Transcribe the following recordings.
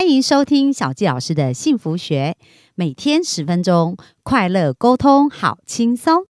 欢迎收听小纪老师的幸福学，每天10分钟，快乐沟通，好轻松。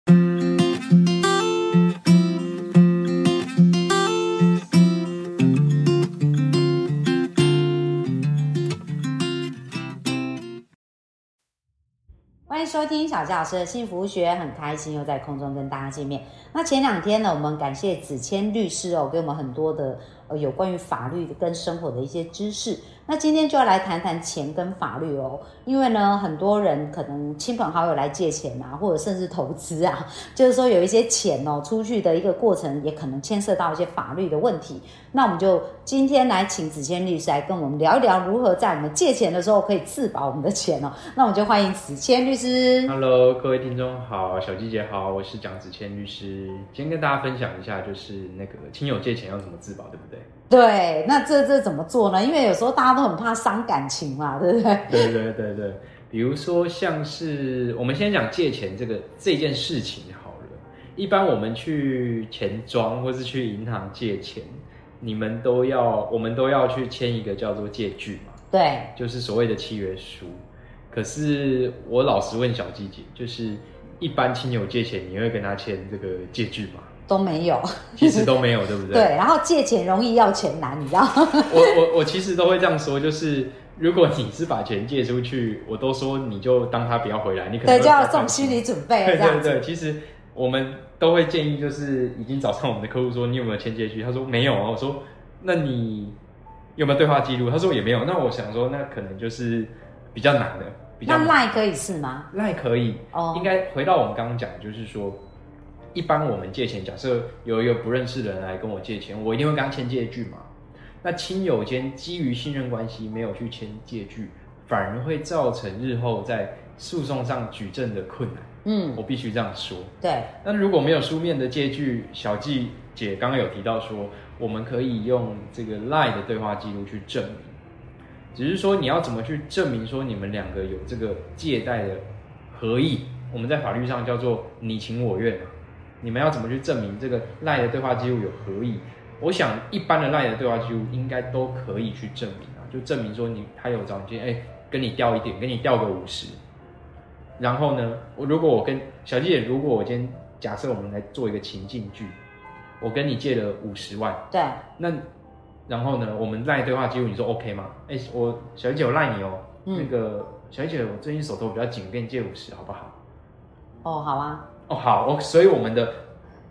欢迎收听小纪老师的幸福学，很开心又在空中跟大家见面。那前2天呢，我们感谢子谦律师给我们很多的有关于法律跟生活的一些知识。那今天就要来谈谈钱跟法律因为呢，很多人可能亲朋好友来借钱啊，或者甚至投资啊，就是说有一些钱出去的一个过程，也可能牵涉到一些法律的问题。那我们就今天来请子谦律师来跟我们聊一聊，如何在我们借钱的时候可以自保我们的钱那我们就欢迎子谦律师。 Hello， 各位听众好，小纪姐好，我是蒋子谦律师。今天跟大家分享一下，就是那个亲友借钱要怎么自保，对不对？ 对，那这怎么做呢？因为有时候大家都很怕伤感情嘛，对不对？ 对，比如说像是我们先讲借钱这件事情好了。一般我们去钱庄或是去银行借钱，我们都要去签一个叫做借据嘛， 对， 就是所谓的契约书。可是我老实问小纪姐，就是一般亲友借钱，你会跟他签这个借据吗？ 都没有， 其实都没有，对不对？ 对，然后借钱容易要钱难，你知道我其实都会这样说，就是如果你是把钱借出去，我都说你就当他不要回来，你可能对就要这种心理准备这样子。 对，其实我们都会建议，就是已经找上我们的客户说你有没有签借据，他说没有我说那你有没有对话记录？他说也没有。那我想说那可能就是比较难的。 那 LINE 可以是吗？ LINE 可以应该回到我们刚刚讲的，就是说一般我们借钱，假设有一个不认识的人来跟我借钱，我一定会跟他签借据嘛。那亲友间基于信任关系没有去签借据，反而会造成日后在诉讼上举证的困难。我必须这样说。 对。 那如果没有书面的借据，小纪姐刚刚有提到说，我们可以用这个 LINE 的对话记录去证明。只是说你要怎么去证明说你们两个有这个借贷的合意，我们在法律上叫做你情我愿你们要怎么去证明这个 LINE 的对话记录有合意？我想一般的 LINE 的对话记录应该都可以去证明就证明说他有找你跟你调一点，跟你调个50。然后呢，如果我跟小纪姐，如果我今天假设我们来做一个情境剧，我跟你借了50万， 对， 那然后呢，我们赖对话记录，你说 OK 吗？小纪姐，我赖你那个小纪姐，我最近手头比较紧，我跟你借50好不好？ 好啊。 好，所以我们的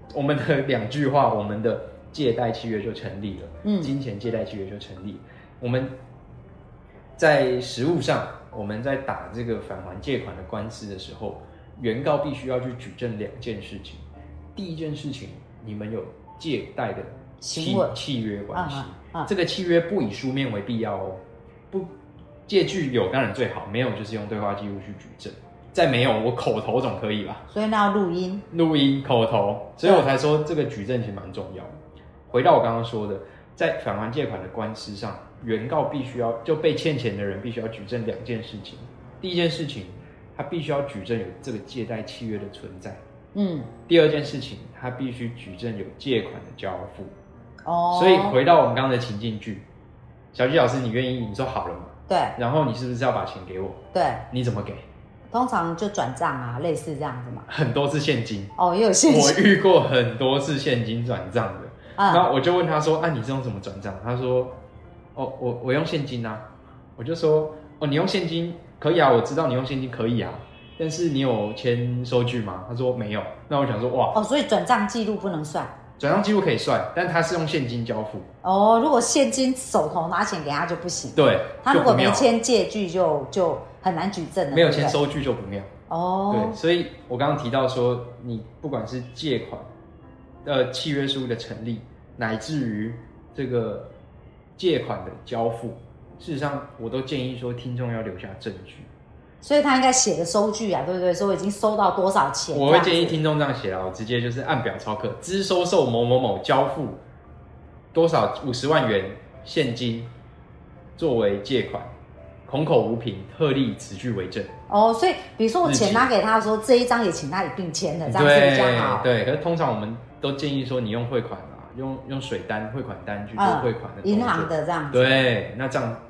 2句话，我们的借贷契约就成立了。金钱借贷契约就成立。我们在实务上，我们在打这个返还借款的官司的时候，原告必须要去举证2件事情。第一件事情，你们有借贷的契约关系，这个契约不以书面为必要不借据有当然最好，没有就是用对话记录去举证。再没有，我口头总可以吧？ 所以那要录音、 口头，所以我才说这个举证其实蛮重要的。回到我刚刚说的，在返还借款的官司上，原告必须要就被欠钱的人必须要举证2件事情。第一件事情，他必须要举证有这个借贷契约的存在。第二件事情，他必须举证有借款的交付。所以回到我们刚刚的情境剧，小纪老师，你愿意？你说好了嘛？ 对。 然后你是不是要把钱给我？ 对。 你怎么给？ 通常就转账啊，类似这样子嘛。 很多是现金也有现金。 我遇过很多次现金转账的。那我就问他说：“你是用什么转账？”他说：“我用现金啊。”我就说：“你用现金可以啊，我知道你用现金可以啊，但是你有签收据吗？”他说：“没有。”那我想说：“哇， 所以转账记录不能算。 转账记录可以算，但他是用现金交付。 如果现金手头拿钱给他就不行。 对， 他如果没签借据就很难举证了。 没有签收据就不妙。 对， 所以我刚刚提到说，你不管是借款契约书的成立，乃至于这个借款的交付，事实上我都建议说，听众要留下证据。 所以他应该写个收据啊，对不对？说已经收到多少钱。 我会建议听众这样写我直接就是按表操课，资收受某某某交付多少50万元现金作为借款，空口无凭，特立此据为证。 所以比如说我钱拿给他说，这一张也请他一并签的，这样是比较好。 对，可是通常我们都建议说，你用汇款用水单、汇款单去做汇款的银行的这样子。 对，那这样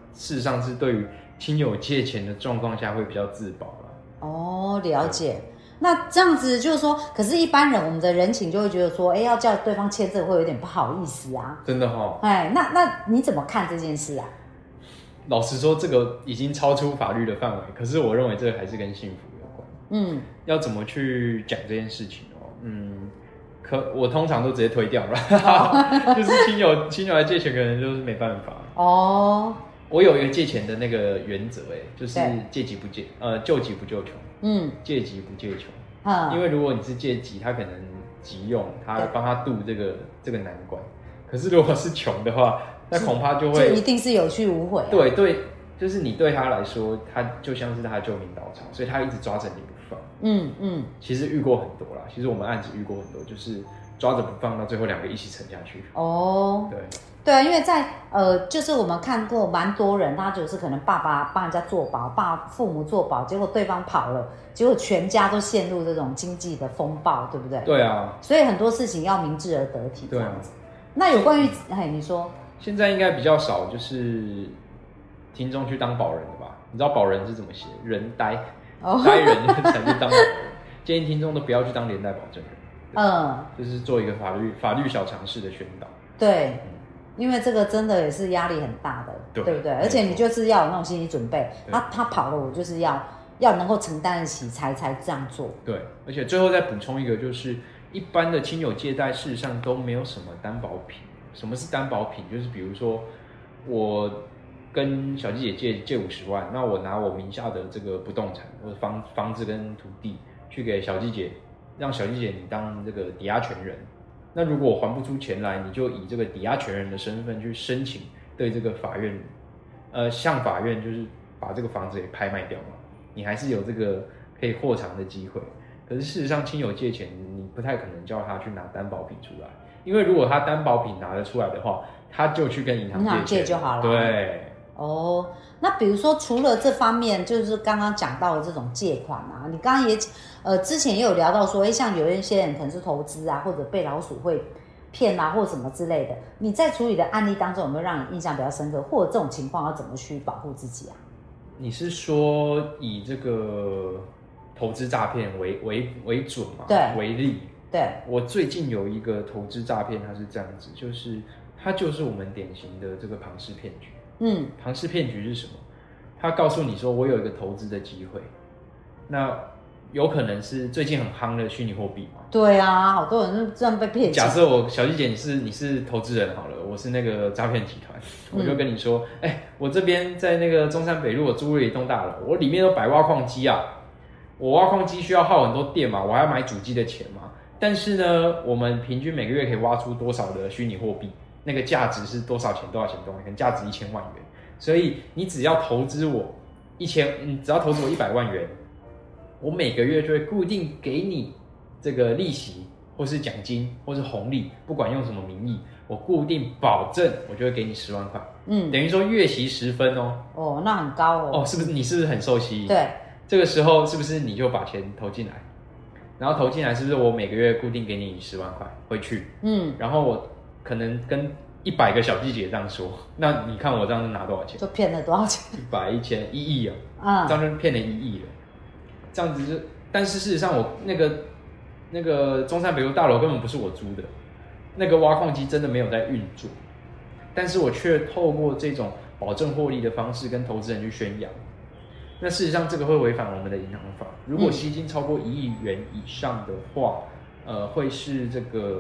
事实上是对于亲友借钱的状况下会比较自保啦。 哦，了解。那这样子就是说，可是一般人我们的人情就会觉得说，哎，要叫对方签这个会有点不好意思啊。 真的哈。 哎，那你怎么看这件事啊？ 老实说，这个已经超出法律的范围，可是我认为这个还是跟幸福有关。嗯，要怎么去讲这件事情哦？我通常都直接推掉了，就是亲友来借钱，可能就是没办法。哦，我有一个借钱的那个原则，就是救急不救穷。借急不借穷。因为如果你是借急，他可能急用，他帮他渡这个难关。可是如果是穷的话，那恐怕就一定是有去无回。 对，就是你对他来说，他就像是他的救命稻草，所以他一直抓着你不放。其实遇过很多啦，其实我们案子遇过很多，就是抓着不放，到最后两个一起沉下去。哦， 对啊，因为在就是我们看过蛮多人，他就是可能爸爸帮人家做保，父母做保，结果对方跑了，结果全家都陷入这种经济的风暴，对不对？ 对啊， 所以很多事情要明智而得体这样子。那有关于你说， 现在应该比较少，就是听众去当保人的吧？你知道保人是怎么写？人呆，呆人才去当保人。建议听众都不要去当连带保证人。就是做一个法律小常识的宣导。 对。因为这个真的也是压力很大的，对不对？而且你就是要有那种心理准备，他跑了，我就是要能够承担得起才这样做。 对，而且最后再补充一个，就是一般的亲友借贷事实上都没有什么担保品。什么是担保品？就是比如说我跟小季姐借50万，那我拿我名下的这个不动产，或者房子跟土地去给小季姐，让小季姐你当这个抵押权人。那如果我还不出钱来，你就以这个抵押权人的身份去申请对这个法院，向法院就是把这个房子给拍卖掉嘛，你还是有这个可以获偿的机会。可是事实上，亲友借钱，你不太可能叫他去拿担保品出来，因为如果他担保品拿得出来的话，他就去跟银行借就好了。 对。 哦，那比如说除了这方面，就是刚刚讲到的这种借款啊，你刚刚也之前也有聊到说，像有一些人可能是投资啊，或者被老鼠会骗啊，或者什么之类的，你在处理的案例当中有没有让你印象比较深刻，或者这种情况要怎么去保护自己啊？ 你是说以这个投资诈骗为准吗？ 对， 为例。 对， 我最近有一个投资诈骗，它是这样子，它就是我们典型的这个庞氏骗局。庞氏骗局是什么？他告诉你说，我有一个投资的机会，那有可能是最近很夯的虚拟货币嘛？ 对啊，好多人就这样被骗。 假设小季姐你是投资人好了，我是那个诈骗集团，我就跟你说，我这边在那个中山北路，我租了一栋大楼，我里面都摆挖矿机啊，我挖矿机需要耗很多电嘛，我还要买主机的钱嘛，但是呢，我们平均每个月可以挖出多少的虚拟货币？那个价值是多少钱？可能价值1000万元。所以你只要投资我你只要投资我100万元，我每个月就会固定给你这个利息，或是奖金，或是红利，不管用什么名义，我固定保证我就会给你10万块。等于说月息10分哦。 哦，那很高哦。 你是不是很受吸引？ 对。这个时候是不是你就把钱投进来？然后投进来是不是我每个月固定给你10万块回去？然后我可能跟100个小季姐这样说，那你看我这样子拿多少钱？ 就骗了多少钱 ？100、1000、1亿啊！这样就骗了1亿了。这样子但是事实上我那个中山北路大楼根本不是我租的，那个挖矿机真的没有在运作，但是我却透过这种保证获利的方式跟投资人去宣扬。那事实上这个会违反我们的银行法，如果吸金超过1亿元以上的话，会是这个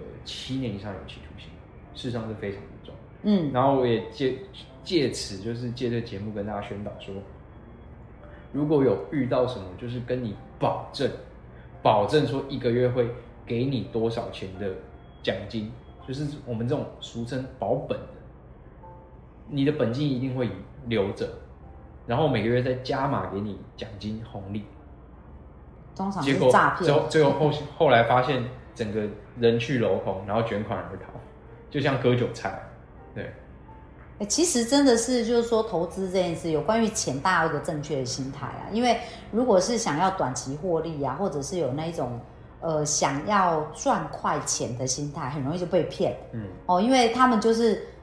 7年以上有期徒刑。事实上是非常严重。然后我也借此就是借这个节目跟大家宣导说，如果有遇到什么就是跟你保证说1个月会给你多少钱的奖金，就是我们这种俗称保本的，你的本金一定会留着，然后每个月再加码给你奖金红利。 通常是诈骗。 最后后来发现整个人去楼空，然后卷款而逃。就像割韭菜。对。 其实真的是就是说投资这件事，有关于钱大家有一个正确的心态啊，因为如果是想要短期获利啊，或者是有那种想要赚快钱的心态，很容易就被骗。因为他们就是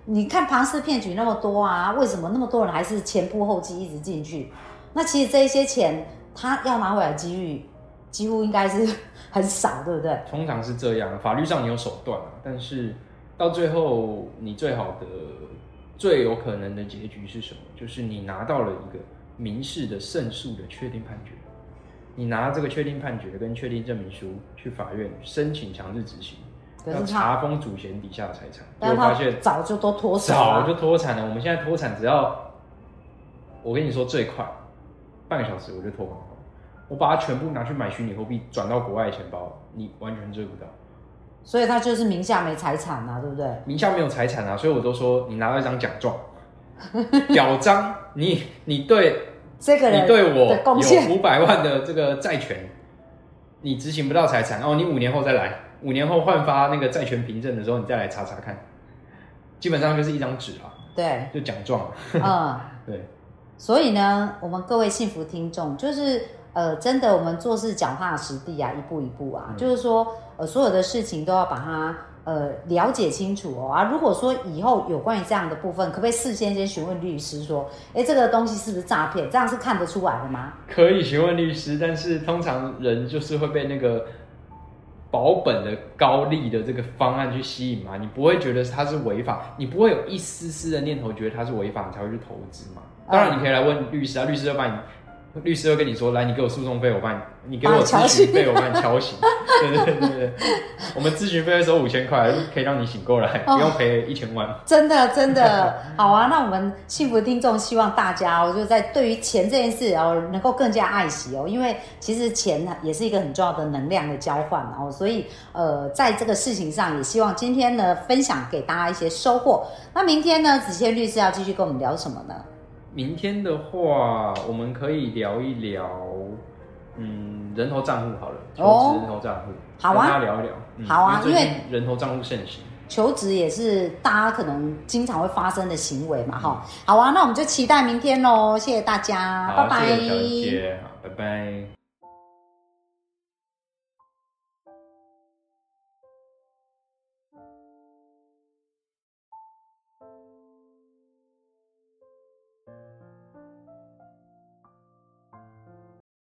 你看庞氏骗局那么多啊，为什么那么多人还是前仆后继一直进去？那其实这一些钱他要拿回来的几率几乎应该是很少，对不对？ 通常是这样，法律上你有手段但是到最后你最好的、最有可能的结局是什么？就是你拿到了一个民事的胜诉的确定判决，你拿这个确定判决跟确定证明书去法院申请强制执行，要查封祖先底下的财产， 但他早就都脱产了， 早就脱产了。我们现在脱产只要，我跟你说最快半个小时我就脱光光，我把它全部拿去买虚拟货币，转到国外的钱包，你完全追不到。 所以他就是名下没财产啊，对不对？ 名下没有财产啊，所以我都说你拿到一张奖状，表彰你对这个人你对我的贡献有500万的这个债权，你执行不到财产你5年后再来，5年后换发那个债权凭证的时候，你再来查查看，基本上就是一张纸啦， 对， 就奖状。对。 所以呢，我们各位幸福听众，就是真的，我们做事脚踏实地啊，一步一步啊，就是说所有的事情都要把它了解清楚如果说以后有关于这样的部分，可不可以事先询问律师说，这个东西是不是诈骗？这样是看得出来的吗？ 可以询问律师，但是通常人就是会被那个保本的高利的这个方案去吸引嘛，你不会觉得它是违法，你不会有一丝丝的念头觉得它是违法，你才会去投资嘛。当然你可以来问律师律师会跟你说，来，你给我诉讼费，你给我咨询费，我帮你敲醒。对，我们咨询费会收5000块，可以让你醒过来，不用赔1000万。 真的好啊！那我们幸福听众希望大家就在对于钱这件事能够更加爱惜因为其实钱也是一个很重要的能量的交换所以在这个事情上也希望今天呢分享给大家一些收获。那明天呢，子谦律师要继续跟我们聊什么呢？ 明天的话，我们可以聊一聊，人头账户好了，求职人头账户， 好啊， 跟大家聊一聊。 好啊， 因为人头账户盛行， 求职也是大家可能经常会发生的行为嘛，好啊，那我们就期待明天咯，谢谢大家，拜拜。 谢谢小姐，拜拜。